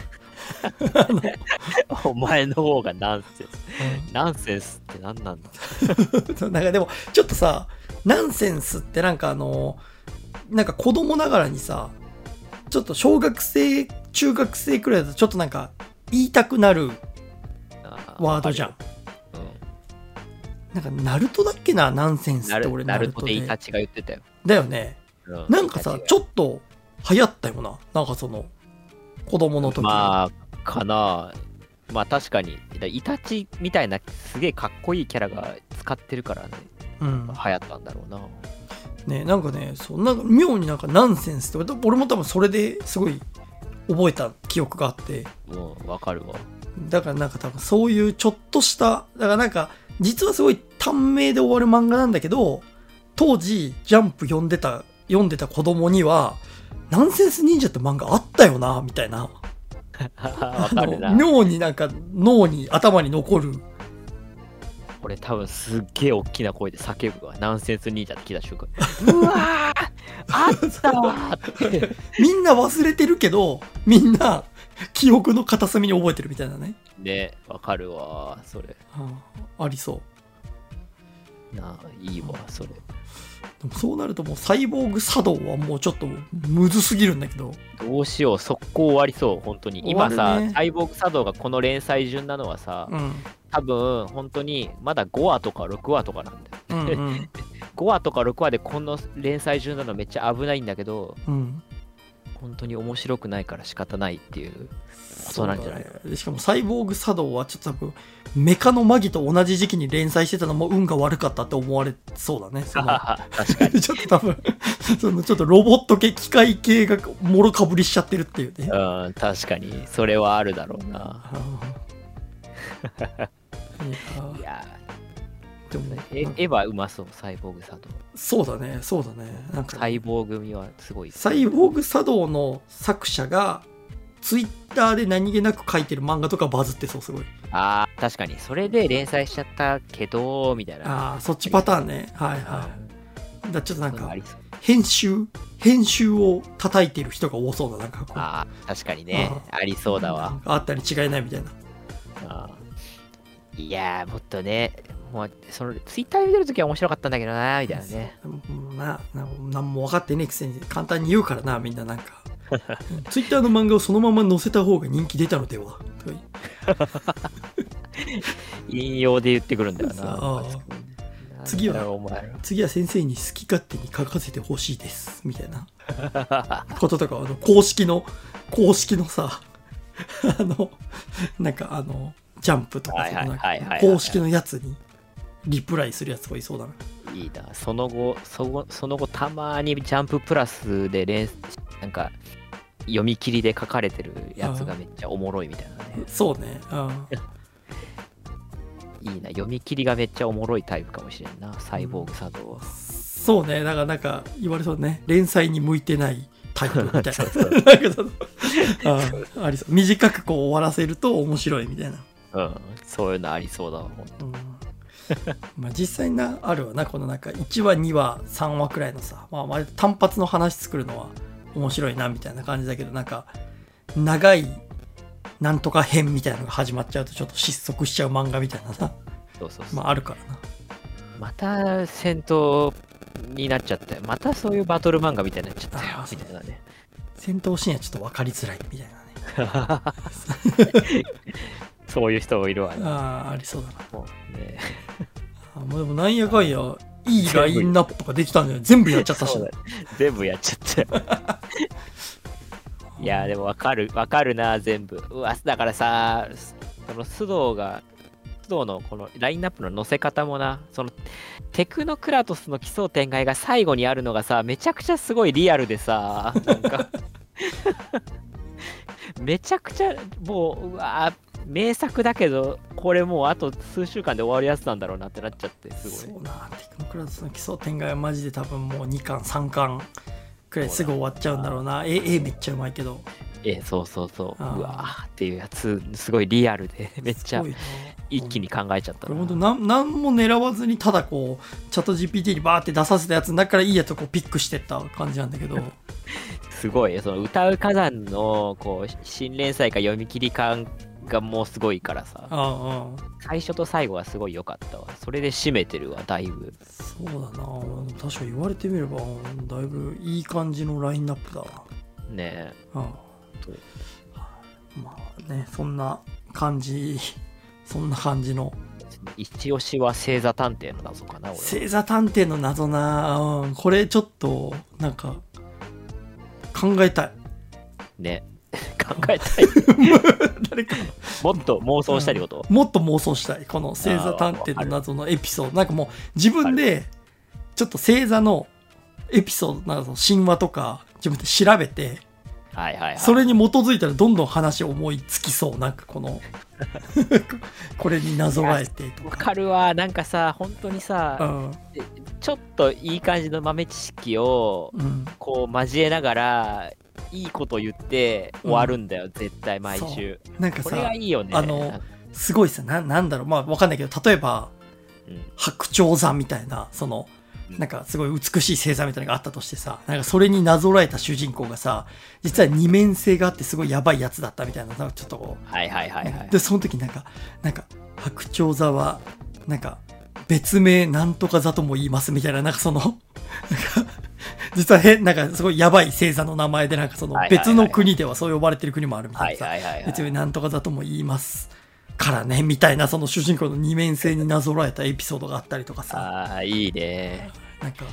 S2: お前の方がナンセンス、ナンセンスって何なんだ
S1: なんかでもちょっとさ、ナンセンスってなんかなんか子供ながらにさ、ちょっと小学生中学生くらいだとちょっとなんか言いたくなるワードじゃん。なんかナルトだっけな、ナンセンスって。俺
S2: ナルトでイタチが言ってたよ。
S1: だよね。なんかさちょっと流行ったよな、なんか子供の時。
S2: まあかな。まあ確かにイタチみたいなすげえかっこいいキャラが使ってるからね、流行ったんだろうな。
S1: ね、なんかね、なんか妙になんかナンセンスって俺も多分それですごい覚えた記憶があって。
S2: わかるわ。だ
S1: からなんか多分そういうちょっとしただからなんか実はすごい短命で終わる漫画なんだけど、当時ジャンプ読んでた子供にはナンセンス忍者って漫画あったよなみたいな妙になんか頭に残る。
S2: 俺多分すっげえ大きな声で叫ぶわ、ナンセンス忍者って聞いた瞬間うわーあったわーって
S1: みんな忘れてるけどみんな記憶の片隅に覚えてるみたいなね。
S2: ね、わかるわそれ。
S1: ありそう。
S2: いいわそれ。
S1: でもそうなるともうサイボーグ茶道はもうちょっとむずすぎるんだけど。
S2: どうしよう、速攻終わりそう、本当に。今さ、
S1: ね、
S2: サイボーグ茶道がこの連載順なのはさ、多分本当にまだ5話とか6話とかなんだよ。5話とか6話でこの連載順なのめっちゃ危ないんだけど、本当に面白くないから仕方ないっていうことなんじゃないか、
S1: ね、しかもサイボーグ茶道はちょっと多分メカのマギと同じ時期に連載してたのも運が悪かったって思われそうだね。
S2: 確かに
S1: ちょっと多分そのちょっとロボット系機械系がもろかぶりしちゃってるっていうね。
S2: うん、確かにそれはあるだろうな。いやでもね、エヴァうまそう、サイボーグ茶道。
S1: そうだね、そうだね。
S2: なんか、サイボーグ組はすごい。
S1: サイボーグ茶道の作者がツイッターで何気なく書いてる漫画とかバズってそう、すごい。
S2: ああ、確かに。それで連載しちゃったけど、みたいな。
S1: ああ、そっちパターンね。はいはい。だちょっとなんか、編集を叩いてる人が多そうだ、なんかこう。
S2: ああ、確かにね。ありそうだわ。
S1: あったり違いないみたいな。
S2: いやー、もっとね、もうそのツイッターで見てるときは面白かったんだけどな、みたいなね。
S1: なんも分かってねえくせに簡単に言うからな、みんななんか。ツイッターの漫画をそのまま載せた方が人気出たのでは。
S2: 引用で言ってくるんだよな。
S1: 次は先生に好き勝手に書かせてほしいです、みたいなこととか、公式のさ、なんかジャンプとか公式のやつにリプライするやつがいそうだな。
S2: いいな。その後たまにジャンププラスでなんか読み切りで書かれてるやつがめっちゃおもろいみたいなね。
S1: そうね。
S2: いいな。読み切りがめっちゃおもろいタイプかもしれんな、サイボーグ茶道は。
S1: そうね。だからなんか言われそうね。連載に向いてないタイプみたいな。ありそう。短くこう終わらせると面白いみたいな。
S2: そういうのありそうだわ、ほんと。
S1: まあ実際なあるわな、このなんか1話2話3話くらいのさ、まあ単発の話作るのは面白いなみたいな感じだけど、なんか長いなんとか編みたいなのが始まっちゃうとちょっと失速しちゃう漫画みたいなさ、まああるからな。
S2: また戦闘になっちゃったよ。またそういうバトル漫画みたいになっちゃったよみたいなね。戦
S1: 闘シーンはちょっと分かりづらいみたいな
S2: ね。そういう人もいるわね。
S1: ありそうだな。もうね。でもなんやかんやいいラインナップができたんだよ。全部やっちゃったし。
S2: 全部やっちゃった。いやでも分かるな、全部。うわ、だからさ、その須藤のこのラインナップの載せ方もな、そのテクノクラトスの奇想天外が最後にあるのがさ、めちゃくちゃすごいリアルでさ、なんかめちゃくちゃもう、うわ名作だけど、これもうあと数週間で終わるやつなんだろうなってなっちゃって、すごい。
S1: そうな、テクノクラトスの奇想天外はマジで多分もう2巻3巻くらいすぐ終わっちゃうんだろうな。めっちゃうまいけど。
S2: そううわーっていうやつ、すごいリアルでめっちゃ一気に考えちゃったな。
S1: これ本当なんも狙わずに、ただこうチャット GPT にバーって出させたやつの中からいいやつをこうピックしてった感じなんだけど
S2: すごい、その歌う火山のこう新連載か読み切り感がもうすごいからさ、最初と最後はすごい良かったわ。それで締めてるわ、だいぶ。
S1: そうだな、確かに言われてみればだいぶいい感じのラインナップだわ
S2: ね。
S1: まあね、そんな感じの。
S2: 一押しは星座探偵の謎かな。
S1: 星座探偵の謎な、これちょっとなんか考えたい
S2: ね。考えたい誰かもっと妄想したいってこと、
S1: もっと妄想したい、この星座探偵の謎のエピソード。なんかもう自分でちょっと星座のエピソード、なんか神話とか自分で調べて、それに基づいたらどんどん話思いつきそう。なんかこのこれになぞらえてとか。
S2: わかるわ。なんかさ、本当にさ、ちょっといい感じの豆知識をこう交えながらいいこと言って終わるんだよ、絶対毎週。
S1: なんかさ、
S2: これがいいよね。
S1: すごいさ、なんだろう、まあわかんないけど、例えば、白鳥座みたいな、そのなんかすごい美しい星座みたいなのがあったとしてさ、なんかそれになぞらえた主人公がさ、実は二面性があってすごいやばいやつだったみたいな、ちょっとこう。で、その時なんか白鳥座は、なんか別名なんとか座とも言いますみたいな、なんかその、なんか、実はなんかすごいやばい星座の名前で、なんかその別の国ではそう呼ばれてる国もあるみたいなさ、別名なんとか座とも言いますからね、みたいな、その主人公の二面性になぞらえたエピソードがあったりとかさ。
S2: いいね。
S1: なんか、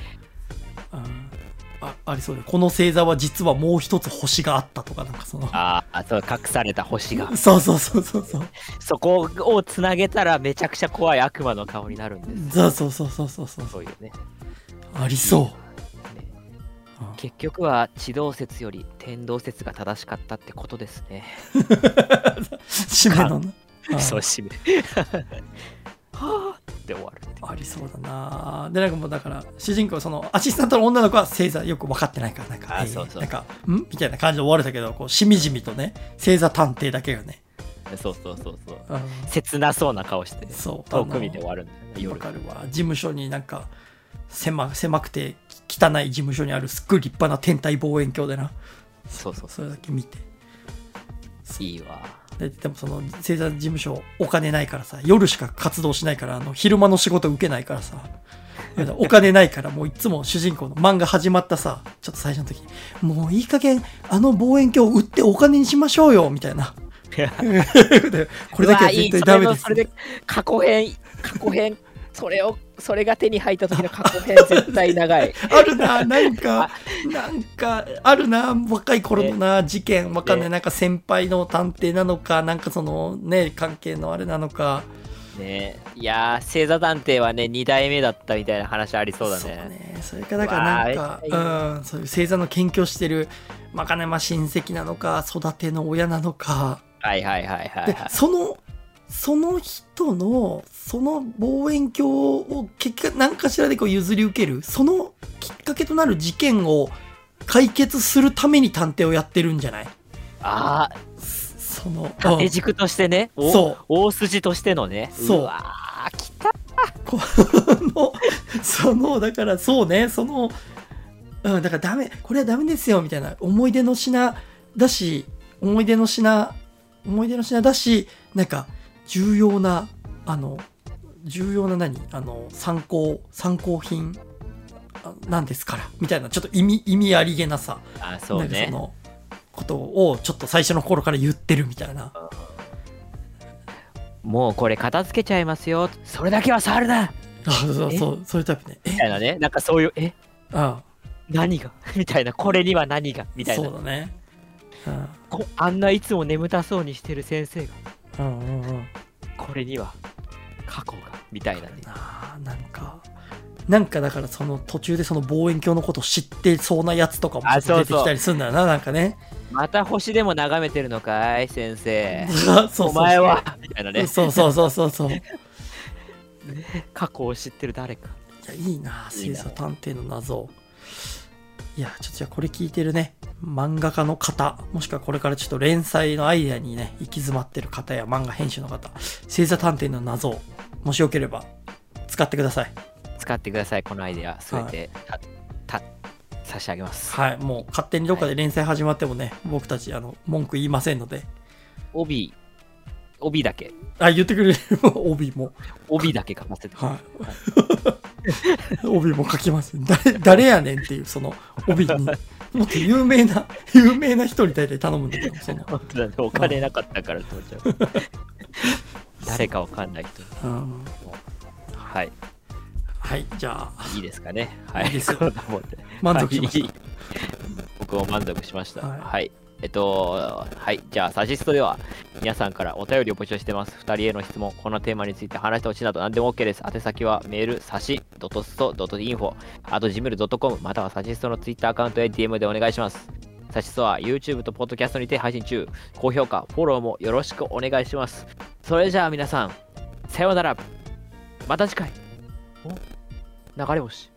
S1: ありそうで、この星座は実はもう一つ星があったとか、なんかその
S2: そう隠された星が
S1: そうそ
S2: こをつなげたらめちゃくちゃ怖い悪魔の顔になるんです。
S1: そう
S2: いうね、
S1: ありそう、
S2: 結局は地動説より天動説が正しかったってことですね。
S1: 締めのな
S2: そう締めはぁって終わる。
S1: ありそうだな。でなんかもうだから主人公そのアシスタントの女の子は星座よく分かってないから、なんかなんかんみたいな感じで終われたけど、こうしみじみとね星座探偵だけがね、
S2: そう切なそうな顔して遠く見て終わるんだよね。
S1: わかるわ。事務所になんか狭くて汚い事務所にあるすっごい立派な天体望遠鏡でな、それだけ見て
S2: いいわ。
S1: でもその星座事務所お金ないからさ、夜しか活動しないから、昼間の仕事受けないからさ、お金ないからもういつも主人公の漫画始まったさ、ちょっと最初の時にもういい加減望遠鏡を売ってお金にしましょうよみたいなこれだけは絶対ダメです。
S2: それで過去編それが手に入った時の過去編絶対長い
S1: あるな、なんかあるな、若い頃のな、事件わかんない、なんか先輩の探偵なのか、なんかそのね関係のあれなのか
S2: ね。いや星座探偵はね2代目だったみたいな話ありそうだね。
S1: そうね、それかだからなんかそういう星座の研究してるまかねま親戚なのか育ての親なのか、でその人のその望遠鏡を結果何かしらでこう譲り受ける、そのきっかけとなる事件を解決するために探偵をやってるんじゃない？その
S2: 縦軸としてね、大筋としてのね。
S1: そう。
S2: うわー来た。
S1: だからそうね、だからダメ、これはダメですよみたいな、思い出の品だし、なんか重要な参考品なんですからみたいな、ちょっと意味ありげなさ、
S2: そうね、
S1: なんかそのことをちょっと最初の頃から言ってるみたいな。
S2: もうこれ片付けちゃいますよ、それだけは触るな。
S1: そういうタイプね。
S2: みたいなね、なんかそういう何がみたいな、これには何がみたいな。
S1: そうだね。
S2: あんないつも眠たそうにしてる先生が、これには過去がみたいなね。
S1: なんかだからその途中でその望遠鏡のことを知ってそうなやつとかも出てきたりするんだよな、なんかね。
S2: また星でも眺めてるのかい先生
S1: そう
S2: お前はみたいなね。
S1: そう
S2: 過去を知ってる誰か。
S1: いやいいな星座探偵の謎。いやちょっとじゃあこれ聞いてるね漫画家の方、もしくはこれからちょっと連載のアイデアにね行き詰まってる方や漫画編集の方、星座探偵の謎もしよければ使ってください。
S2: このアイデア全て、差し上げます。
S1: はい、もう勝手にどっかで連載始まってもね、僕たち文句言いませんので。
S2: 帯だけ
S1: 言ってくれる
S2: 帯だけ書かせて、
S1: 帯も書きます。誰やねんっていうその帯にもっと有名な人に大体頼むんだけど、
S2: 本当だね、お金なかったからって思っちゃう誰かわかんない人、
S1: はい、じゃあ
S2: いいですかね。
S1: いいですよ。満足しました。
S2: 僕も満足しました。じゃあサジストでは皆さんからお便りを募集してます。2人への質問、このテーマについて話してほしいなど何でも OK です。宛先はメール、さし、.sto.info、gmail.com、またはサジストの Twitter アカウントへ DM でお願いします。サジストは YouTube と Podcast にて配信中。高評価、フォローもよろしくお願いします。それじゃあ皆さん、さようなら。また次回。流れ星。